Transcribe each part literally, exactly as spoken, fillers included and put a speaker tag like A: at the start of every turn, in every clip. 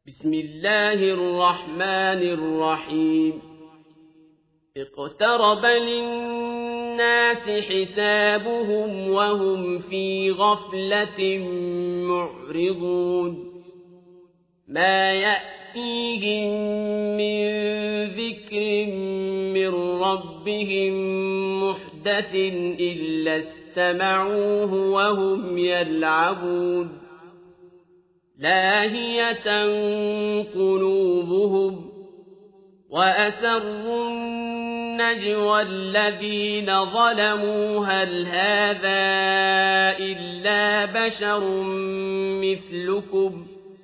A: بسم الله الرحمن الرحيم اقترب للناس حسابهم وهم في غفلة معرضون ما يأتيهم من ذكر من ربهم محدث إلا استمعوه وهم يلعبون لاهية قلوبهم وأسروا النجوى الذين ظلموا هل هذا إلا بشر مثلكم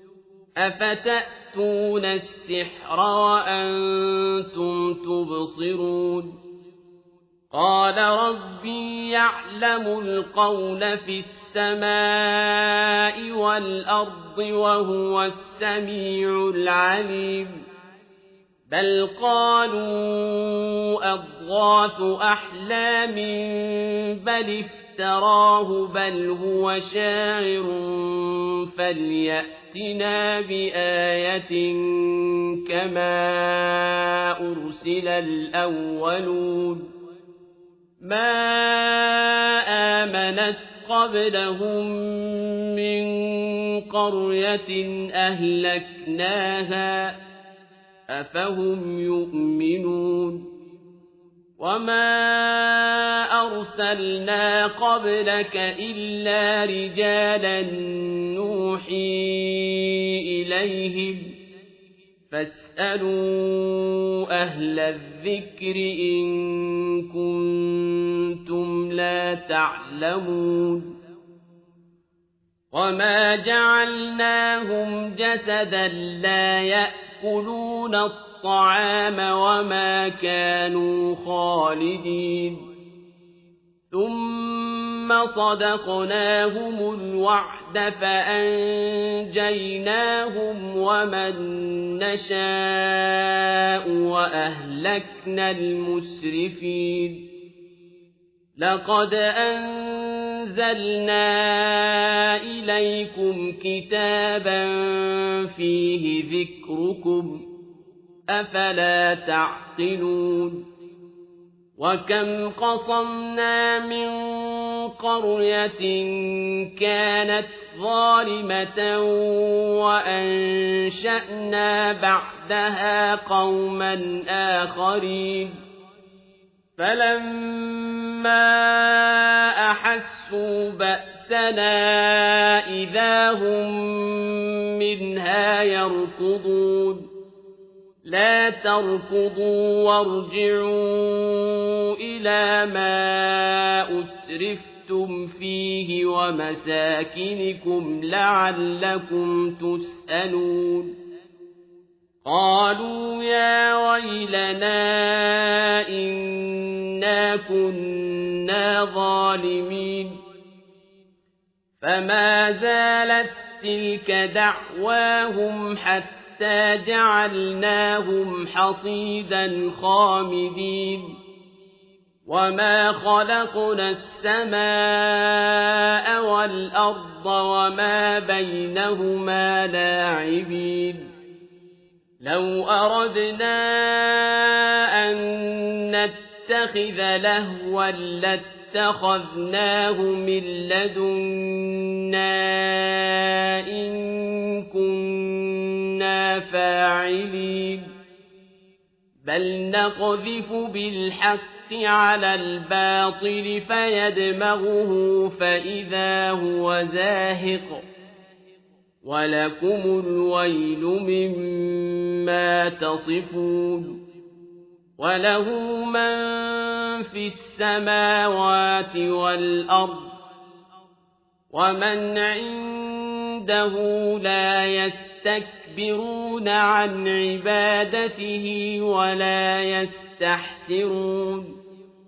A: أفتأتون السحر وأنتم تبصرون قال ربي يعلم القول في السماء والأرض وهو السميع العليم بل قالوا أضغاث أحلام بل افتراه بل هو شاعر فليأتنا بآية كما أرسل الأولون ما آمنت قبلهم من قرية أهلكناها أفهم يؤمنون وما أرسلنا قبلك إلا رجالا نوحي إليهم فاسألوا أهل الذكر إن كنتم لا تعلمون وما جعلناهم جسدا لا يأكلون الطعام وما كانوا خالدين ثم صدقناهم الوعد فأنجيناهم ومن نشاء وأهلكنا المسرفين لقد أنزلنا إليكم كتابا فيه ذكركم أفلا تعقلون وكم قصمنا من قرية كانت ظالمة وأنشأنا بعدها قوما آخرين فلما أحسوا بأسنا إذا هم منها يركضون لا تركضوا وارجعوا إلى ما أترفتم فيه ومساكنكم لعلكم تسألون قالوا يا ويلنا إنا كنا ظالمين فما زالت تلك دعواهم حتى حتى جعلناهم حصيدا خامدين وما خلقنا السماء والأرض وما بينهما لاعبين لو أردنا أن نتخذ لهوا لاتخذناه من لدنا إن كنا فاعلين بل نقذف بالحق على الباطل فيدمغه فإذا هو زاهق ولكم الويل مما تصفون وله من في السماوات والأرض ومن عنده لا يستكبرون عن عبادته ولا يستحسرون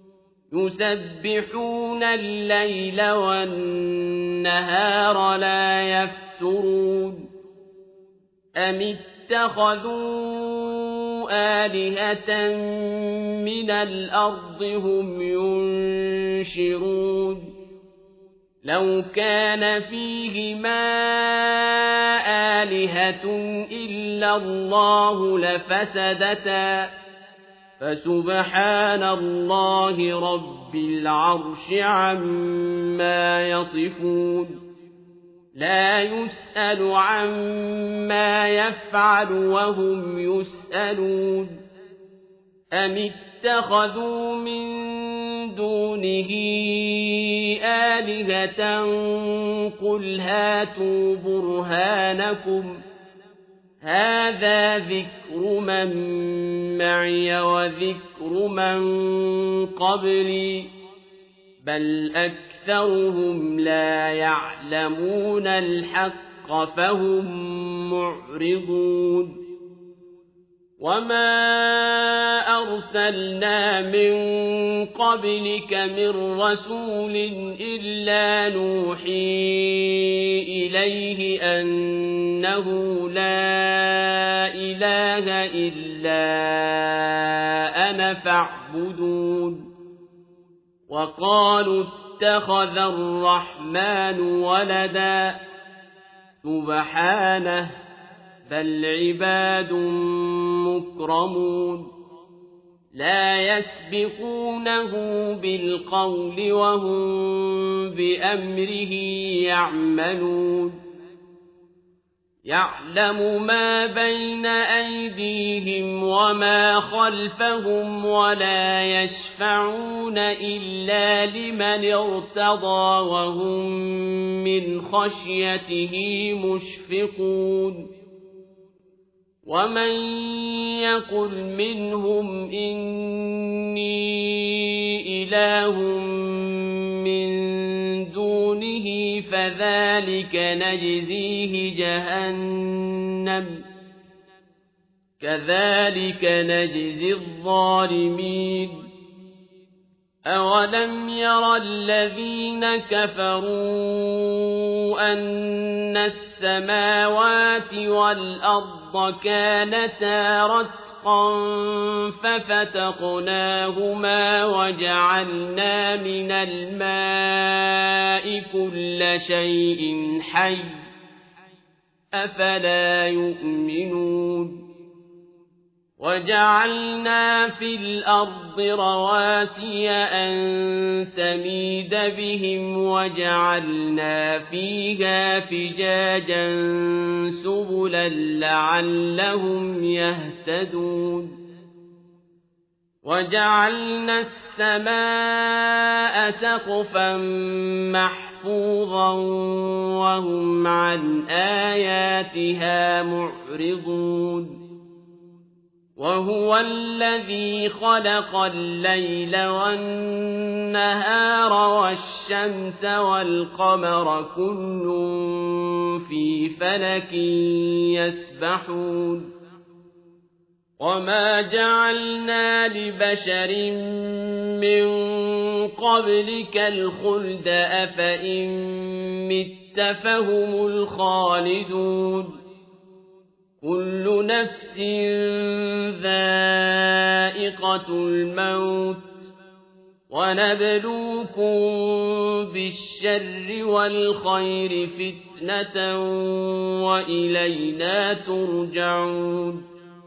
A: يسبحون الليل والنهار لا يفترون أم اتخذوا آلهة من الأرض هم ينشرون لو كان فيهما آلهة إلا الله لفسدتا فسبحان الله رب العرش عما يصفون لا يسأل عما يفعل وهم يسألون أم اتخذوا من دونه آلهة قل هاتوا برهانكم هذا ذكر من معي وذكر من قبلي بل أكثرهم لا يعلمون الحق فهم معرضون وما أرسلنا من قبلك من رسول إلا نوحي إليه أنه لا إله إلا أنا فاعبدون وقالوا اتخذ الرحمن ولدا سبحانه بل عباد مكرمون لا يسبقونه بالقول وهم بأمره يعملون يعلم ما بين أيديهم وما خلفهم ولا يشفعون إلا لمن ارتضى وهم من خشيته مشفقون ومن يقل منهم إني إله من دونه فذلك نجزيه جهنم كذلك نجزي الظالمين أولم ير الذين كفروا أن السماوات والأرض كانتا رتقا ففتقناهما وجعلنا من الماء كل شيء حي أفلا يؤمنون وجعلنا في الأرض رواسي أن تميد بهم وجعلنا فيها فجاجا سبلا لعلهم يهتدون وجعلنا السماء سقفا محفوظا وهم عن آياتها معرضون وهو الذي خلق الليل والنهار والشمس والقمر كل في فلك يسبحون وما جعلنا لبشر من قبلك الخلد أفإن مت فهم الخالدون كل نفس ذائقة الموت ونبلوكم بالشر والخير فتنة وإلينا ترجعون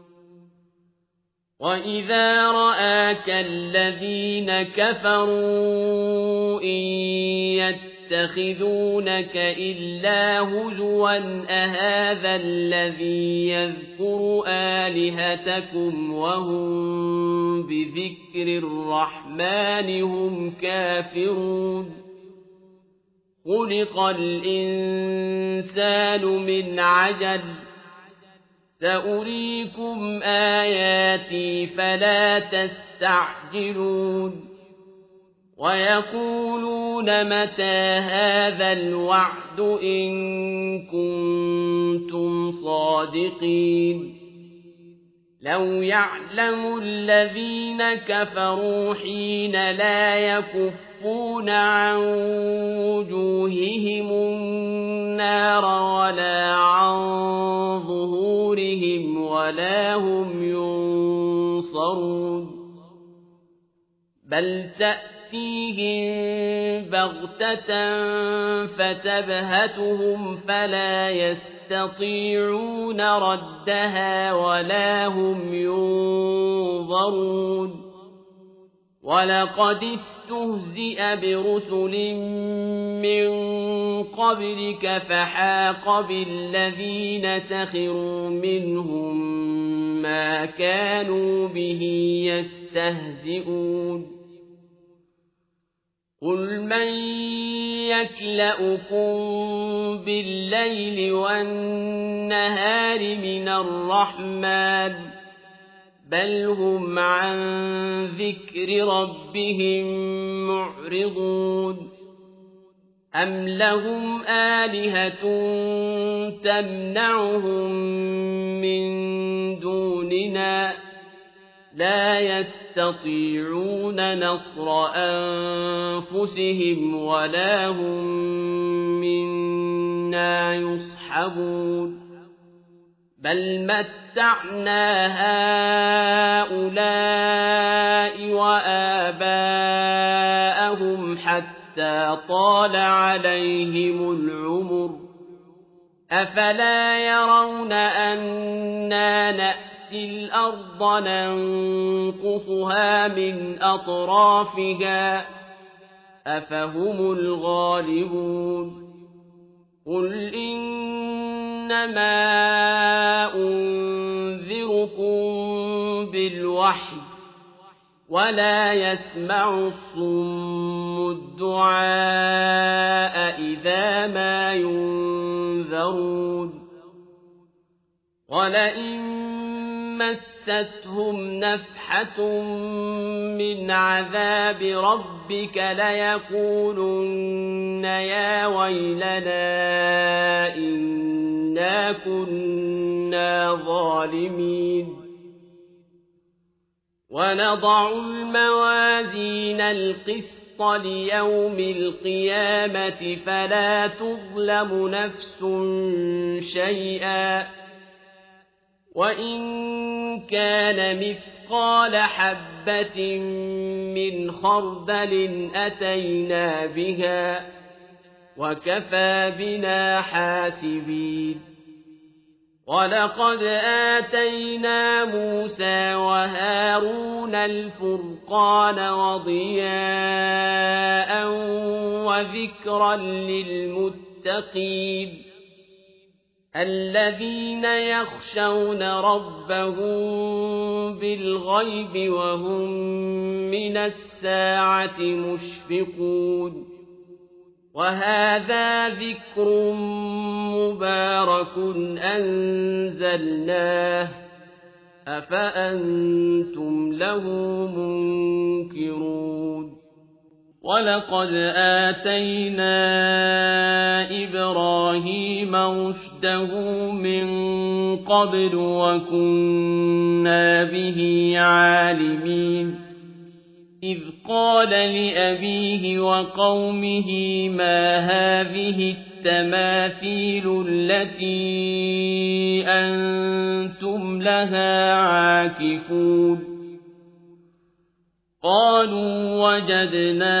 A: وإذا رآك الذين كفروا إن يتخذونك إلا هزوا أهذا الذي يذكر آلهتكم وهم بذكر الرحمن هم كافرون خلق الإنسان من عجل سأريكم آياتي فلا تستعجلون ويقولون متى هذا الوعد إن كنتم صادقين لو يعلم الذين كفروا حين لا يكفون عن وجوههم النار ولا عن ظهورهم ولا هم ينصرون بل تأتي تأتيهم بغتة فتبهتهم فلا يستطيعون ردها ولا هم ينظرون ولقد استهزئ برسل من قبلك فحاق بالذين سخروا منهم ما كانوا به يستهزئون قل من يكلؤكم بالليل والنهار من الرحمن بل هم عن ذكر ربهم معرضون أم لهم آلهة تمنعهم من دوننا لا يستطيعون نصر أنفسهم ولا هم منا يصحبون بل متعنا هؤلاء وآباءهم حتى طال عليهم العمر أفلا يرون أنا نأتي الأرض ننقصها من أطرافها أفهم الغالبون قل إنما أنذركم بالوحي ولا يسمع الصم الدعاء إذا ما ينذرون ولئن مستهم نفحة من عذاب ربك ليقولن يا ويلنا إنا كنا ظالمين ونضع الموازين القسط ليوم القيامة فلا تظلم نفس شيئا وإن كان مثقال حبة من خردل أتينا بها وكفى بنا حاسبين ولقد آتينا موسى وهارون الفرقان وضياء وذكرا للمتقين الذين يخشون ربهم بالغيب وهم من الساعة مشفقون وهذا ذكر مبارك أنزلناه أفأنتم له منكرون ولقد آتينا إبراهيم رشده من قبل وكنا به عالمين إذ قال لأبيه وقومه ما هذه التماثيل التي أنتم لها عاكفون قالوا وجدنا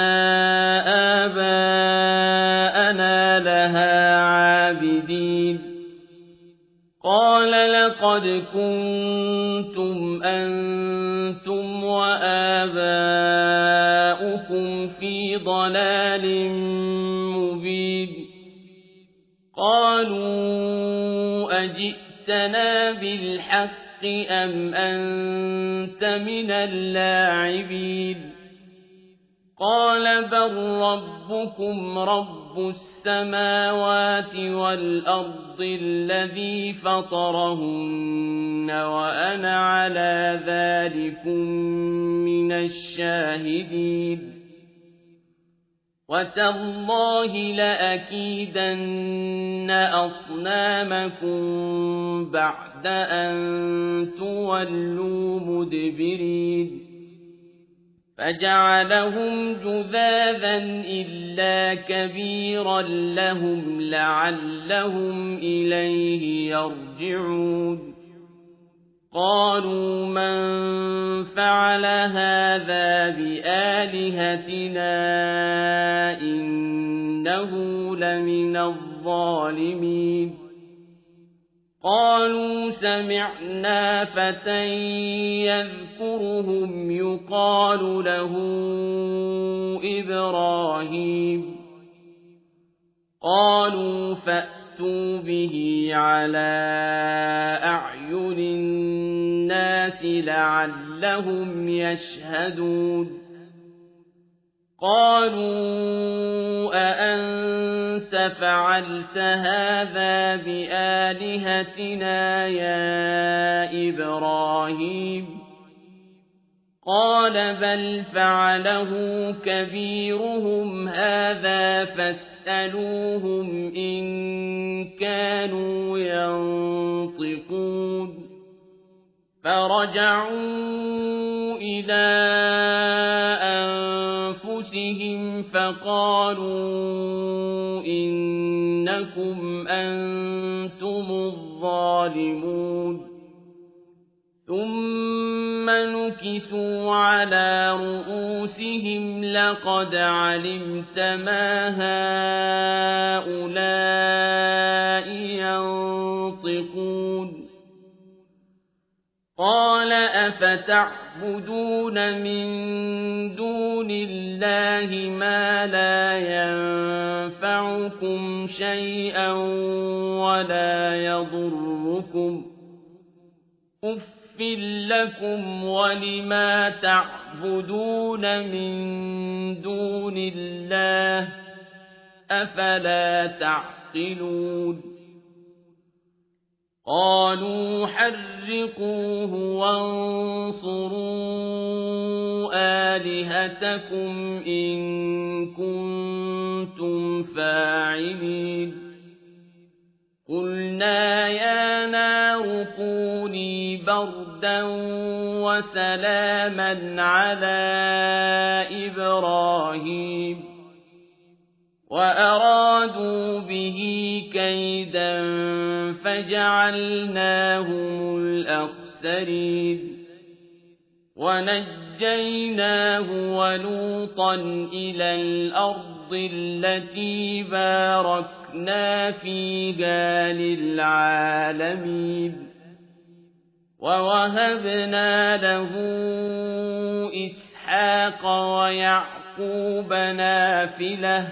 A: آباءنا لها عابدين قال لقد كنتم أنتم وآباؤكم في ضلال مبين قالوا أجئتنا بالحق أم أنت من اللاعبين قال بل ربكم رب السماوات والأرض الذي فطرهن وأنا على ذلكم من الشاهدين وتالله لأكيدن أصنامكم بعد أن تولوا مدبرين فجعلهم جذاذا إلا كبيرا لهم لعلهم إليه يرجعون قالوا من فعل هذا بآلهتنا إنه لمن الظالمين قالوا سمعنا فتى يذكرهم يقال له إبراهيم قالوا فأتوا به على أعين الناس لعلهم يشهدون قالوا أأنت فعلت هذا بآلهتنا يا إبراهيم قال بل فعله كبيرهم هذا فاسألوهم إن كانوا ينطقون فرجعوا إلى أنفسهم فقالوا إنكم أنتم الظالمون ثم نكسوا على رؤوسهم لقد علمت ما هؤلاء ينطقون قال أفتعبدون من دون الله ما لا ينفعكم شيئا ولا يضركم أف لكم ولما تعبدون من دون الله أفلا تعقلون قالوا حرقوه وانصروا آلهتكم إن كنتم فاعلين قلنا يا نار كوني بردا وسلاما على إبراهيم وأرادوا به كيدا فجعلناهم الأخسرين ونجيناه ولوطا إلى الأرض التي باركنا فيها للعالمين ووهبنا له إسحاق ويعقوب نافلة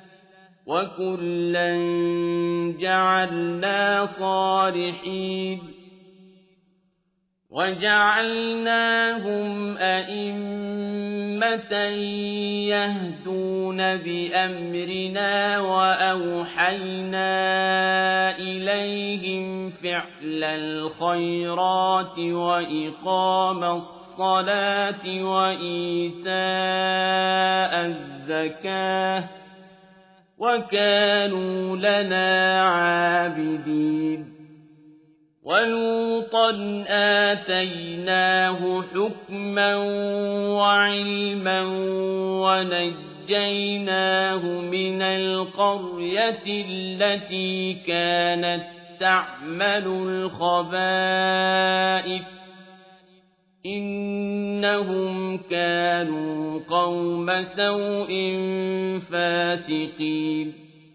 A: وكلا جعلنا صالحين وجعلناهم أئمة يهدون بأمرنا وأوحينا إليهم فعل الخيرات وإقام الصلاة وإيتاء الزكاة وكانوا لنا عابدين ولوطا آتيناه حكما وعلما ونجيناه من القرية التي كانت تعمل الخبائث إنهم كانوا قوم سوء فاسقين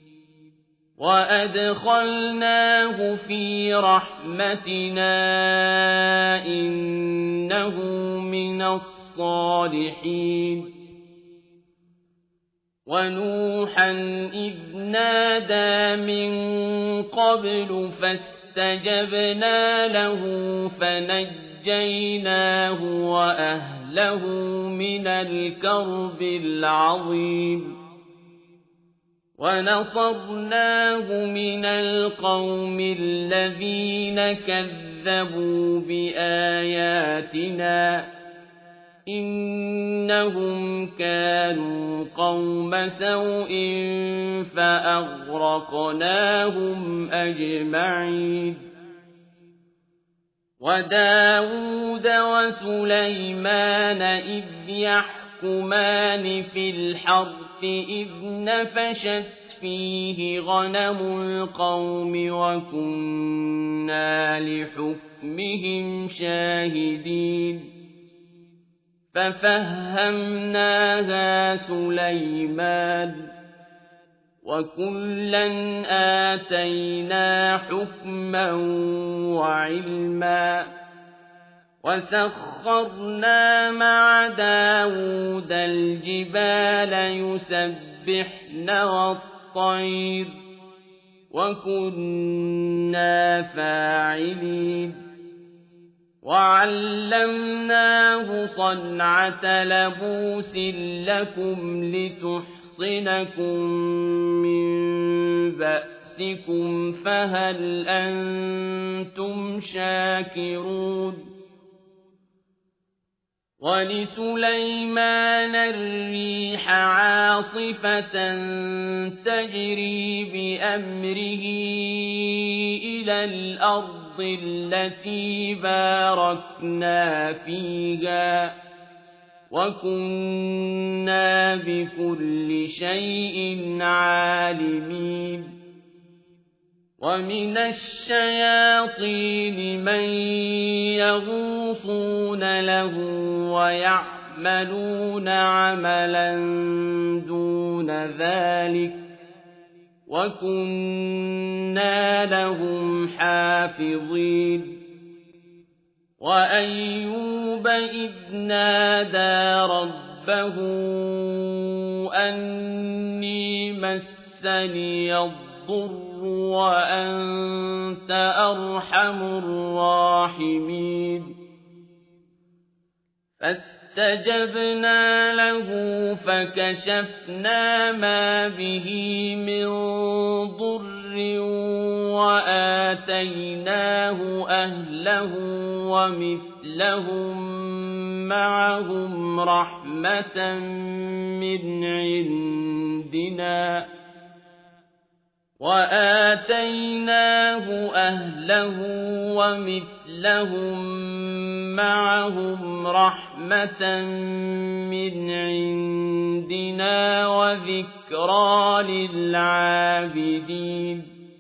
A: وأدخلناه في رحمتنا إنه من الصالحين ونوحا إذ نادى من قبل فاستجبنا له فنجيناه وأهله من الكرب العظيم ونصرناه من القوم الذين كذبوا بآياتنا إنهم كانوا قوم سوء فأغرقناهم أجمعين وداود وسليمان إذ يحكمان في الحرث إذ نفشت فِيهِ غَنَمُ الْقَوْمِ وَكُنَّا لِحُكْمِهِمْ شَاهِدِينَ فَفَهَّمْنَاهَا سُلَيْمَانَ وَكُلًّا آتَيْنَا حُكْمًا وَعِلْمًا وَسَخَّرْنَا مَعَ دَاوُودَ الْجِبَالَ يُسَبِّحْنَ وَالطَّيْرَ وَكُنَّا فَاعِلِينَ وَعَلَّمْنَاهُ صَنْعَةَ لَبُوسٍ لَّكُمْ لِتُحْصِنَكُم مِّن بَأْسِكُمْ فَهَلْ أَنتُمْ شَاكِرُونَ وَلِسُلَيْمَانَ الرِّيحَ عَاصِفَةً تَجْرِي بِأَمْرِهِ إِلَى الْأَرْضِ الَّتِي بَارَكْنَا فِيهَا وَكُنَّا بِكُلِّ شَيْءٍ عَالِمِينَ وَمِنَ الشَّيَاطِينِ مَن يَغُوصُونَ لَهُ وَيَعْمَلُونَ عَمَلًا دُونَ ذَلِكَ وَكُنَّا لَهُمْ حَافِظِينَ وَأَيُّوبَ إِذْ نَادَىٰ رَبَّهُ أَنِّي مَسَّنِيَ الضُّرُّ وَأَنتَ أَرْحَمُ الرَّاحِمِينَ فَاسْتَجَبْنَا لَهُ فَكَشَفْنَا مَا بِهِ مِن ضُرٍّ وَآتَيْنَاهُ أَهْلَهُ وَمِثْلَهُم مَّعَهُمْ رَحْمَةً مِّنْ عِندِنَا وَآتَيْنَاهُ أَهْلَهُ وَمِثْلَهُم مَّعَهُمْ رَحْمَةً مِّنْ عِندِنَا وَذِكْرَىٰ لِلْعَابِدِينَ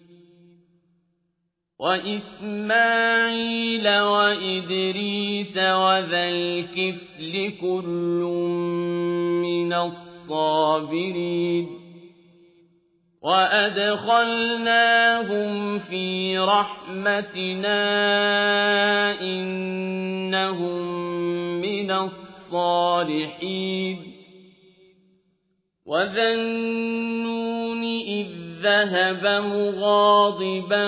A: وَإِسْمَاعِيلَ وَإِدْرِيسَ وَذَا الْكِفْلِ كُلٌّ مِّنَ الصَّابِرِينَ وَأَدْخَلْنَاهُمْ فِي رَحْمَتِنَا ۖ إِنَّهُم مِّنَ الصَّالِحِينَ وَذَا النُّونِ إِذ ذَّهَبَ مُغَاضِبًا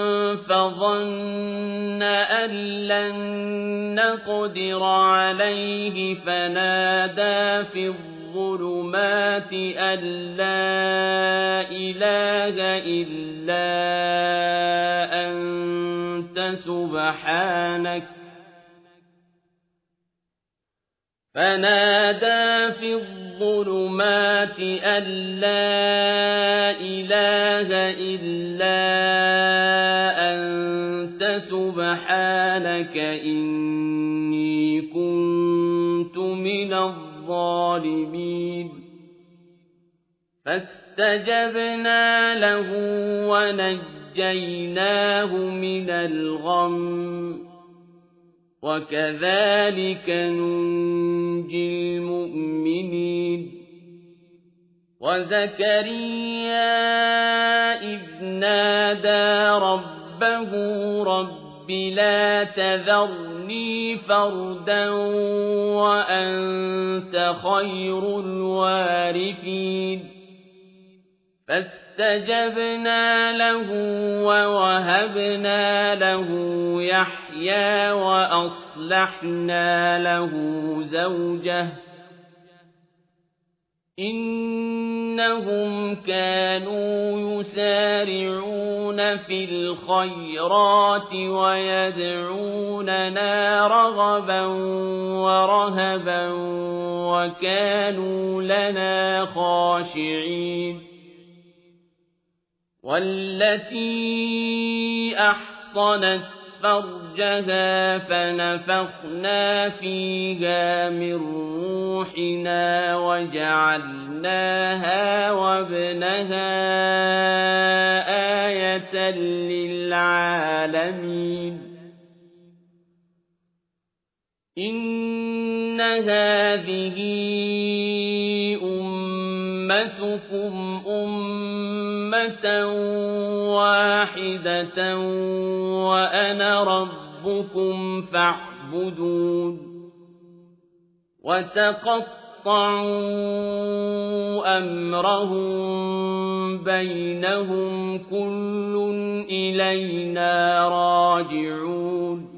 A: فَظَنَّ أَن لَّن نَّقْدِرَ عَلَيْهِ فَنَادَىٰ فِي الظُّلُمَاتِ أَن لَّا إِلَٰهَ إِلَّا أَنتَ سُبْحَانَكَ فَنَادَىٰ فِي الظُّلُمَاتِ أَن لَّا إِلَٰهَ إِلَّا أَنتَ سُبْحَانَكَ إِنِّي كُنتُ مِنَ الظَّالِمِينَ فَاسْتَجَبْنَا لَهُ وَنَجَّيْنَاهُ مِنَ الْغَمِّ وَكَذَٰلِكَ نُنجِي الْمُؤْمِنِينَ وَزَكَرِيَّا إِذْ نَادَىٰ رَبَّهُ رَبِّ لَا تَذَرْنِي فَرْدًا وَأَنتَ خَيْرُ الْوَارِثِينَ فَاسْتَجَبْنَا لَهُ وَوَهَبْنَا لَهُ يَحْيَىٰ وَأَصْلَحْنَا لَهُ زَوْجَهُ إِنَّهُمْ كَانُوا يُسَارِعُونَ فِي الْخَيْرَاتِ وَيَدْعُونَنَا رَغَبًا وَرَهَبًا وَكَانُوا لَنَا خَاشِعِينَ وَالَّتِي أَحْصَنَتْ فرجها فنفخنا فيها من روحنا وجعلناها وابنها آية للعالمين إن هذه أمتكم أمة واحدة وأنا ربكم فاعبدون وتقطعوا أمرهم بينهم كل إلينا راجعون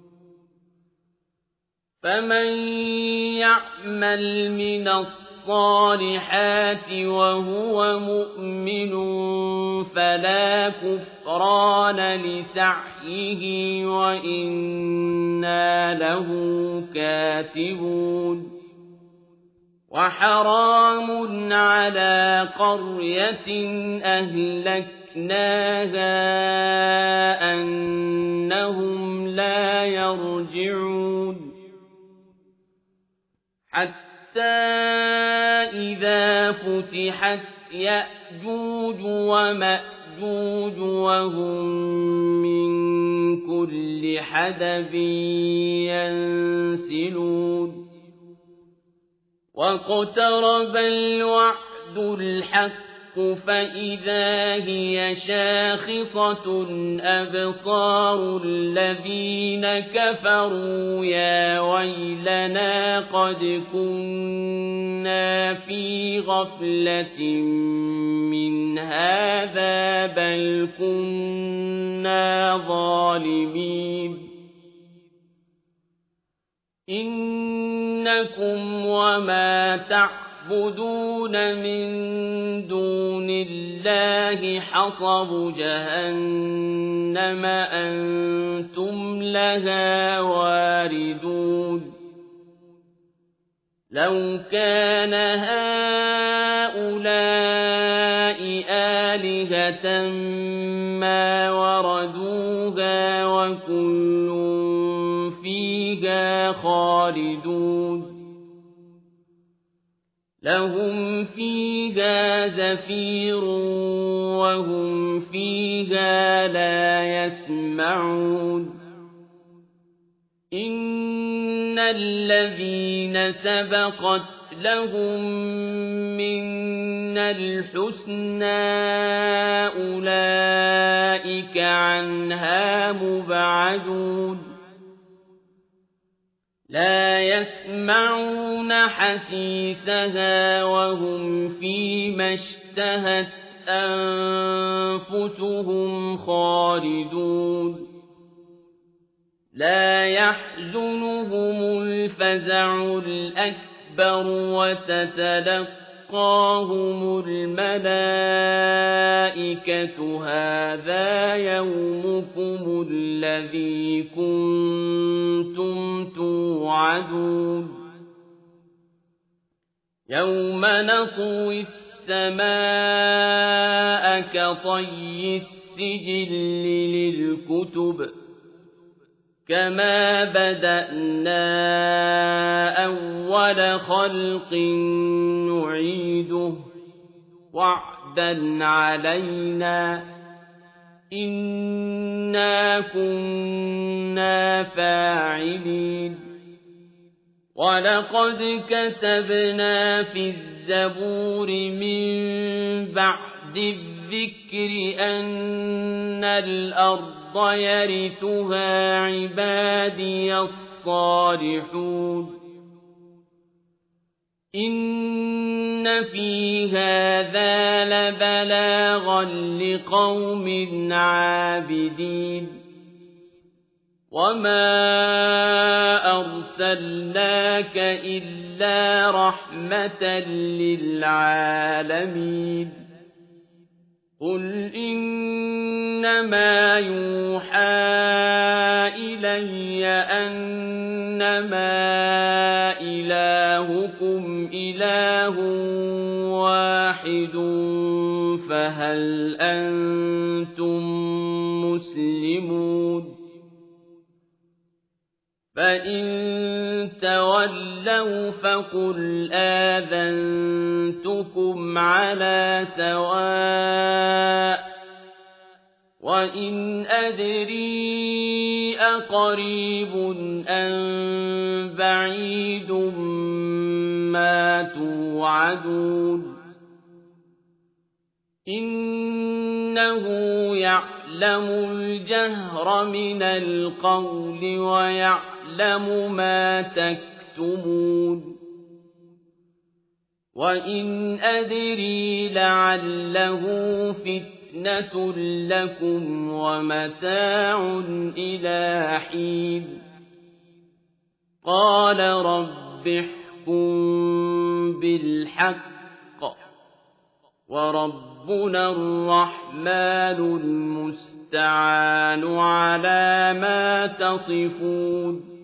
A: فمن يعمل من الصالحات وهو مؤمن فلا كفران لسعيه وإنا له كاتبون وحرام على قرية أهلكناها أنهم لا يرجعون حتى إذا فتحت يأجوج ومأجوج وهم من كل حدب ينسلون واقترب الوعد الحق فإذا هي شاخصة أبصار الذين كفروا يا ويلنا قد كنا في غفلة من هذا بل كنا ظالمين إنكم وما تعبدون من دون الله حصب جهنم أنتم لها واردون لو كان هؤلاء آلهة ما وردوها وكل فيها خالدون لهم فيها زفير وهم فيها لا يسمعون إن الذين سبقت لهم منا الحسنى أولئك عنها مبعدون لا يسمعون حسيسها وهم فيما اشتهت أنفسهم خالدون لا يحزنهم الفزع الأكبر وتتلقاهم الملائكة هذا يومكم الذي كنتم توعدون يوم نطوي السماء كطي السجل للكتب كما بدأنا أول خلق نعيده وعدا علينا إنا كنا فاعلين ولقد كتبنا في الزبور من بعد الذكر أن الأرض يرثها عبادي الصالحون إن في هذا لبلاغا لقوم عابدين وما أرسلناك إلا رحمة للعالمين قل إنما يوحى إلي أنما إلهكم إله واحد فهل أنتم مسلمون فإن تولوا فقل آذنتكم على سواء وإن أدري أقريب أم بعيد ما توعدون إنه يعلم الجهر من القول ويعلم ما تكتمون وإن أدري لعله فتنة لكم ومتاع إلى حين قال رب احكم بالحق وربنا الرحمن المستعان على ما تصفون